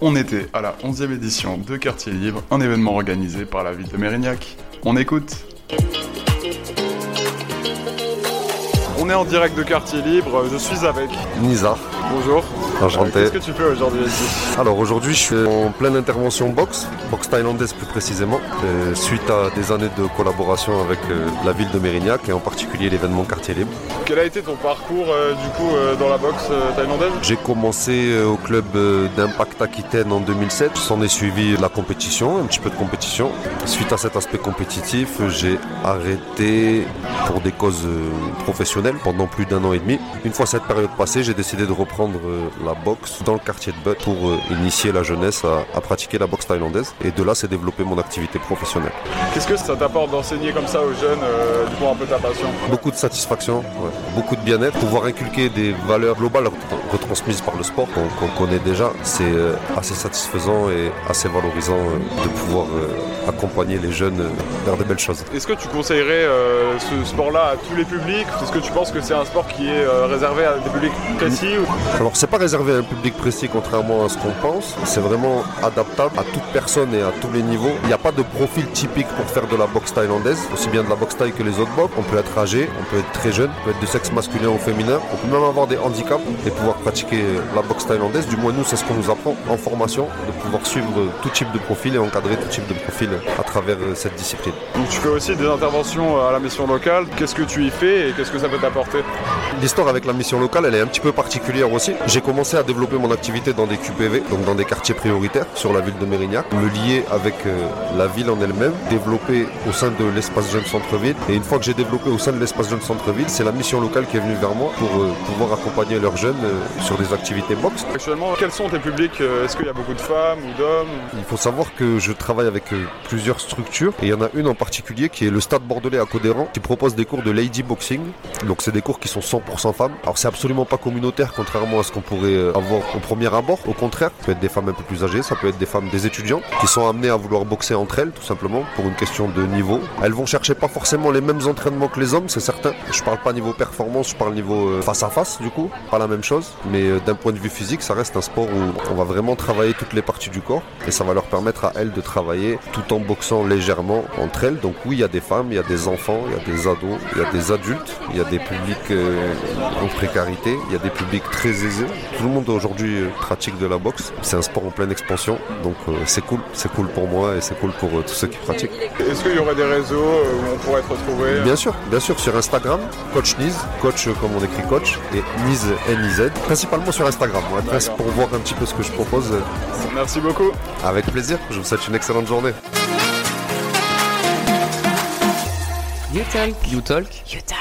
On était à la 11e édition de Quartier Libre, un événement organisé par la ville de Mérignac. On écoute. On est en direct de Quartier Libre, je suis avec Nizar. Bonjour. Enchanté. Qu'est-ce que tu fais aujourd'hui ici ? Alors aujourd'hui je suis en pleine intervention boxe thaïlandaise plus précisément, suite à des années de collaboration avec la ville de Mérignac et en particulier l'événement Quartier Libre. Quel a été ton parcours dans la boxe thaïlandaise ? J'ai commencé au club d'Impact Aquitaine en 2007, s'en est suivi la compétition, un petit peu de compétition. Suite à cet aspect compétitif, j'ai arrêté pour des causes professionnelles pendant plus d'1 an et demi. Une fois cette période passée, j'ai décidé de reprendre la boxe dans le quartier de Butt pour initier la jeunesse à pratiquer la boxe thaïlandaise et de là c'est développer mon activité professionnelle. Qu'est-ce que ça t'apporte d'enseigner comme ça aux jeunes, un peu ta passion ? Beaucoup de satisfaction, ouais. Beaucoup de bien-être, pouvoir inculquer des valeurs globales retransmises par le sport qu'on connaît déjà, c'est assez satisfaisant et assez valorisant de pouvoir accompagner les jeunes vers de belles choses. Est-ce que tu conseillerais ce sport-là à tous les publics ? Est-ce que tu penses que c'est un sport qui est réservé à des publics précis Alors c'est pas réservé à un public précis contrairement à ce qu'on pense, c'est vraiment adaptable à toute personne et à tous les niveaux. Il n'y a pas de profil typique pour faire de la boxe thaïlandaise, aussi bien de la boxe thaï que les autres boxes. On peut être âgé, on peut être très jeune, on peut être de sexe masculin ou féminin, on peut même avoir des handicaps et pouvoir pratiquer la boxe thaïlandaise. Du moins nous c'est ce qu'on nous apprend en formation, de pouvoir suivre tout type de profil et encadrer tout type de profil à travers cette discipline. Donc tu fais aussi des interventions à la mission locale, qu'est-ce que tu y fais et qu'est-ce que ça peut t'apporter ? L'histoire avec la mission locale elle est un petit peu particulière aussi. J'ai commencé à développer mon activité dans des QPV, donc dans des quartiers prioritaires sur la ville de Mérignac, me lier avec la ville en elle-même, développer au sein de l'espace jeune centre-ville. Et une fois que j'ai développé au sein de l'espace jeune centre-ville, c'est la mission locale qui est venue vers moi pour pouvoir accompagner leurs jeunes sur des activités boxe. Actuellement, quels sont tes publics ? Est-ce qu'il y a beaucoup de femmes ou d'hommes ? Il faut savoir que je travaille avec plusieurs structures et il y en a une en particulier qui est le Stade Bordelais à Codéran qui propose des cours de lady boxing. Donc c'est des cours qui sont 100% femmes. Alors c'est absolument pas communautaire contrairement à ce qu'on pourrait avoir au premier abord. Au contraire, ça peut être des femmes un peu plus âgées, ça peut être des femmes, des étudiantes qui sont amenées à vouloir boxer entre elles tout simplement pour une question de niveau. Elles vont chercher pas forcément les mêmes entraînements que les hommes, c'est certain. Je parle pas niveau performance, je parle niveau face à face du coup, pas la même chose. Mais d'un point de vue physique, ça reste un sport où on va vraiment travailler toutes les parties du corps et ça va leur permettre à elles de travailler tout en boxant légèrement entre elles. Donc oui, il y a des femmes, il y a des enfants, il y a des ados, il y a des adultes, il y a des publics en précarité, il y a des publics très aisés. Tout le monde aujourd'hui pratique de la boxe. C'est un sport en pleine expansion, donc c'est cool pour moi et c'est cool pour tous ceux qui pratiquent. Est-ce qu'il y aurait des réseaux où on pourrait te retrouver ? Bien sûr, sur Instagram, Coach Niz, coach comme on écrit coach, et Niz N-I-Z, principalement sur Instagram, pour voir un petit peu ce que je propose. Merci beaucoup. Avec plaisir, je vous souhaite une excellente journée. You talk.